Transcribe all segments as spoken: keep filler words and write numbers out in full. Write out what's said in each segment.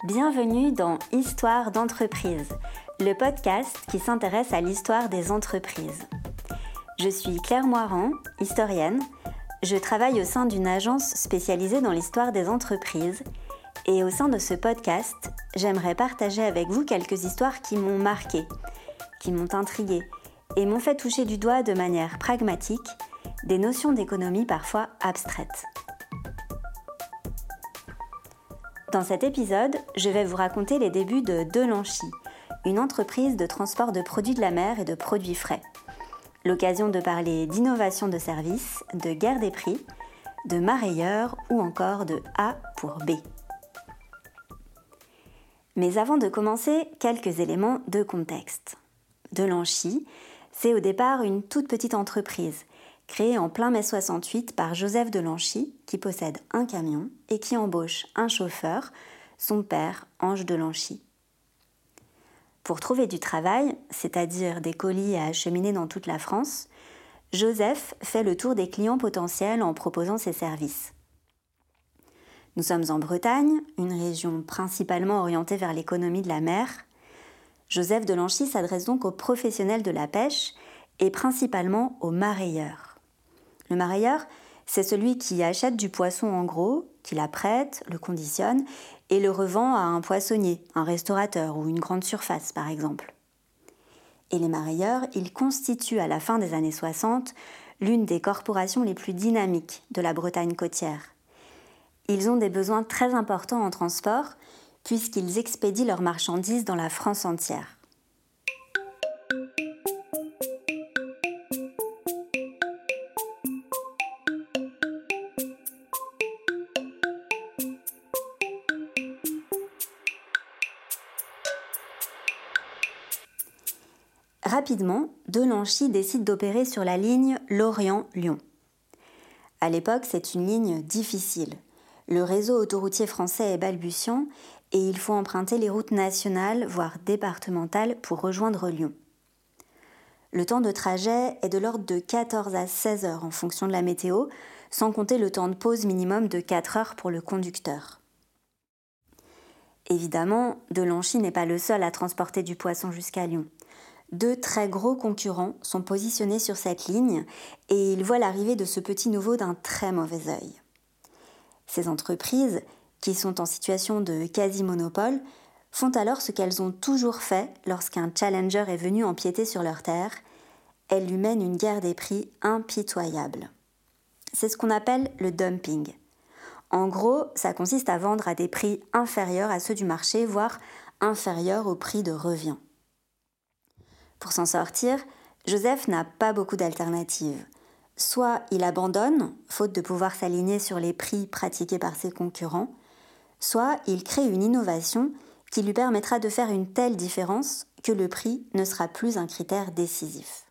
Bienvenue dans Histoire d'entreprise, le podcast qui s'intéresse à l'histoire des entreprises. Je suis Claire Moirand, historienne. Je travaille au sein d'une agence spécialisée dans l'histoire des entreprises et au sein de ce podcast, j'aimerais partager avec vous quelques histoires qui m'ont marquée, qui m'ont intriguée et m'ont fait toucher du doigt de manière pragmatique des notions d'économie parfois abstraites. Dans cet épisode, je vais vous raconter les débuts de Delanchy, une entreprise de transport de produits de la mer et de produits frais. L'occasion de parler d'innovation de service, de guerre des prix, de mareyeurs ou encore de A pour B. Mais avant de commencer, quelques éléments de contexte. Delanchy, c'est au départ une toute petite entreprise, créée en plein mai soixante-huit par Joseph Delanchy, qui possède un camion et qui embauche un chauffeur, son père, Ange Delanchy. Pour trouver du travail, c'est-à-dire des colis à acheminer dans toute la France, Joseph fait le tour des clients potentiels en proposant ses services. Nous sommes en Bretagne, une région principalement orientée vers l'économie de la mer. Joseph Delanchy s'adresse donc aux professionnels de la pêche et principalement aux mareyeurs. Le mareyeur, c'est celui qui achète du poisson en gros, qui l'apprête, le conditionne et le revend à un poissonnier, un restaurateur ou une grande surface par exemple. Et les mareyeurs, ils constituent à la fin des années soixante l'une des corporations les plus dynamiques de la Bretagne côtière. Ils ont des besoins très importants en transport puisqu'ils expédient leurs marchandises dans la France entière. Rapidement, Delanchy décide d'opérer sur la ligne Lorient-Lyon. À l'époque, c'est une ligne difficile. Le réseau autoroutier français est balbutiant et il faut emprunter les routes nationales, voire départementales, pour rejoindre Lyon. Le temps de trajet est de l'ordre de quatorze à seize heures en fonction de la météo, sans compter le temps de pause minimum de quatre heures pour le conducteur. Évidemment, Delanchy n'est pas le seul à transporter du poisson jusqu'à Lyon. Deux très gros concurrents sont positionnés sur cette ligne et ils voient l'arrivée de ce petit nouveau d'un très mauvais œil. Ces entreprises, qui sont en situation de quasi-monopole, font alors ce qu'elles ont toujours fait lorsqu'un challenger est venu empiéter sur leur terre. Elles lui mènent une guerre des prix impitoyable. C'est ce qu'on appelle le dumping. En gros, ça consiste à vendre à des prix inférieurs à ceux du marché, voire inférieurs au prix de revient. Pour s'en sortir, Joseph n'a pas beaucoup d'alternatives. Soit il abandonne, faute de pouvoir s'aligner sur les prix pratiqués par ses concurrents, soit il crée une innovation qui lui permettra de faire une telle différence que le prix ne sera plus un critère décisif.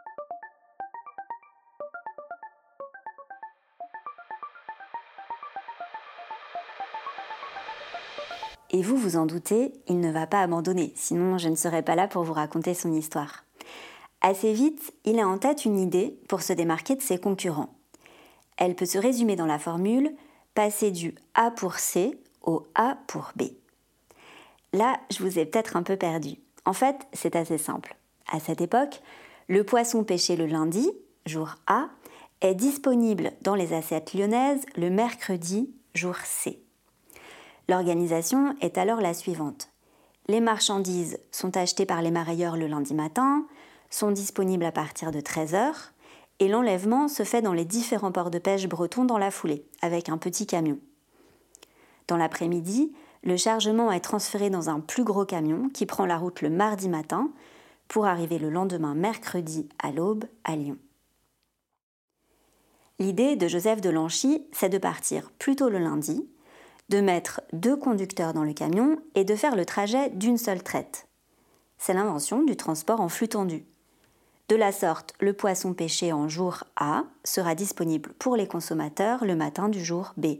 Et vous vous en doutez, il ne va pas abandonner, sinon je ne serais pas là pour vous raconter son histoire. Assez vite, il a en tête une idée pour se démarquer de ses concurrents. Elle peut se résumer dans la formule « passer du A pour C au A pour B ». Là, je vous ai peut-être un peu perdu. En fait, c'est assez simple. À cette époque, le poisson pêché le lundi, jour A, est disponible dans les assiettes lyonnaises le mercredi, jour C. L'organisation est alors la suivante. Les marchandises sont achetées par les mareyeurs le lundi matin, sont disponibles à partir de treize heures et l'enlèvement se fait dans les différents ports de pêche bretons dans la foulée, avec un petit camion. Dans l'après-midi, le chargement est transféré dans un plus gros camion qui prend la route le mardi matin pour arriver le lendemain mercredi à l'aube à Lyon. L'idée de Joseph Delanchy, c'est de partir plus tôt le lundi, de mettre deux conducteurs dans le camion et de faire le trajet d'une seule traite. C'est l'invention du transport en flux tendu. De la sorte, le poisson pêché en jour A sera disponible pour les consommateurs le matin du jour B.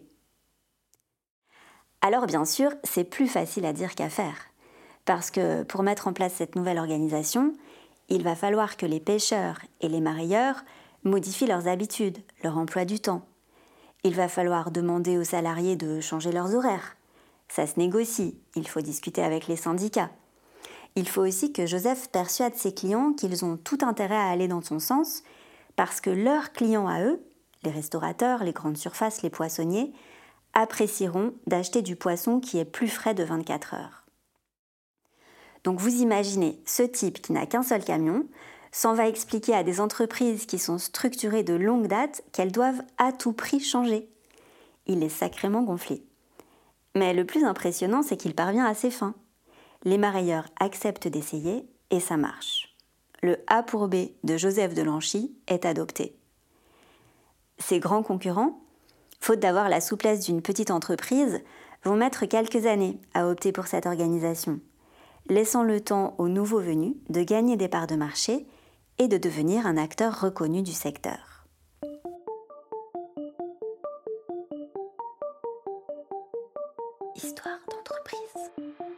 Alors bien sûr, c'est plus facile à dire qu'à faire, parce que pour mettre en place cette nouvelle organisation, il va falloir que les pêcheurs et les mareyeurs modifient leurs habitudes, leur emploi du temps. Il va falloir demander aux salariés de changer leurs horaires, Ça se négocie, il faut discuter avec les syndicats. Il faut aussi que Joseph persuade ses clients qu'ils ont tout intérêt à aller dans son sens, parce que leurs clients à eux, les restaurateurs, les grandes surfaces, les poissonniers, apprécieront d'acheter du poisson qui est plus frais de vingt-quatre heures. Donc vous imaginez, ce type qui n'a qu'un seul camion s'en va expliquer à des entreprises qui sont structurées de longue date qu'elles doivent à tout prix changer. Il est sacrément gonflé. Mais le plus impressionnant, c'est qu'il parvient à ses fins. Les marailleurs acceptent d'essayer et ça marche. Le A pour B de Joseph de Lanchy est adopté. Ses grands concurrents, faute d'avoir la souplesse d'une petite entreprise, vont mettre quelques années à opter pour cette organisation, laissant le temps aux nouveaux venus de gagner des parts de marché et de devenir un acteur reconnu du secteur. Histoire d'entreprise.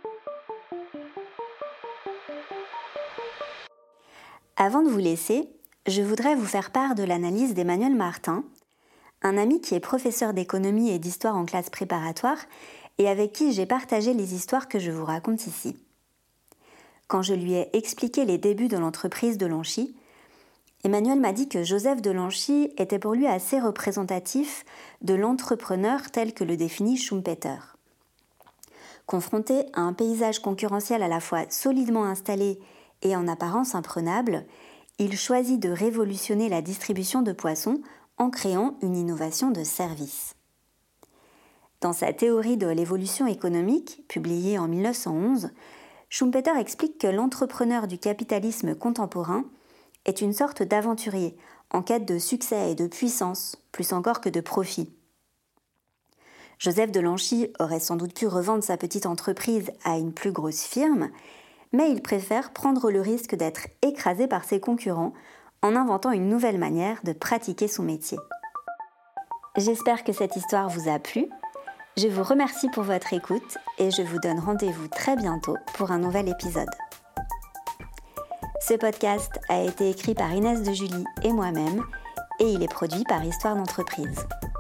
Avant de vous laisser, je voudrais vous faire part de l'analyse d'Emmanuel Martin, un ami qui est professeur d'économie et d'histoire en classe préparatoire et avec qui j'ai partagé les histoires que je vous raconte ici. Quand je lui ai expliqué les débuts de l'entreprise de Lanchy, Emmanuel m'a dit que Joseph de Lanchy était pour lui assez représentatif de l'entrepreneur tel que le définit Schumpeter. Confronté à un paysage concurrentiel à la fois solidement installé et en apparence imprenable, il choisit de révolutionner la distribution de poissons en créant une innovation de service. Dans sa théorie de l'évolution économique, publiée en mille neuf cent onze, Schumpeter explique que l'entrepreneur du capitalisme contemporain est une sorte d'aventurier en quête de succès et de puissance, plus encore que de profit. Joseph de Lanchy aurait sans doute pu revendre sa petite entreprise à une plus grosse firme, mais il préfère prendre le risque d'être écrasé par ses concurrents en inventant une nouvelle manière de pratiquer son métier. J'espère que cette histoire vous a plu. Je vous remercie pour votre écoute et je vous donne rendez-vous très bientôt pour un nouvel épisode. Ce podcast a été écrit par Inès de Julie et moi-même et il est produit par Histoire d'entreprise.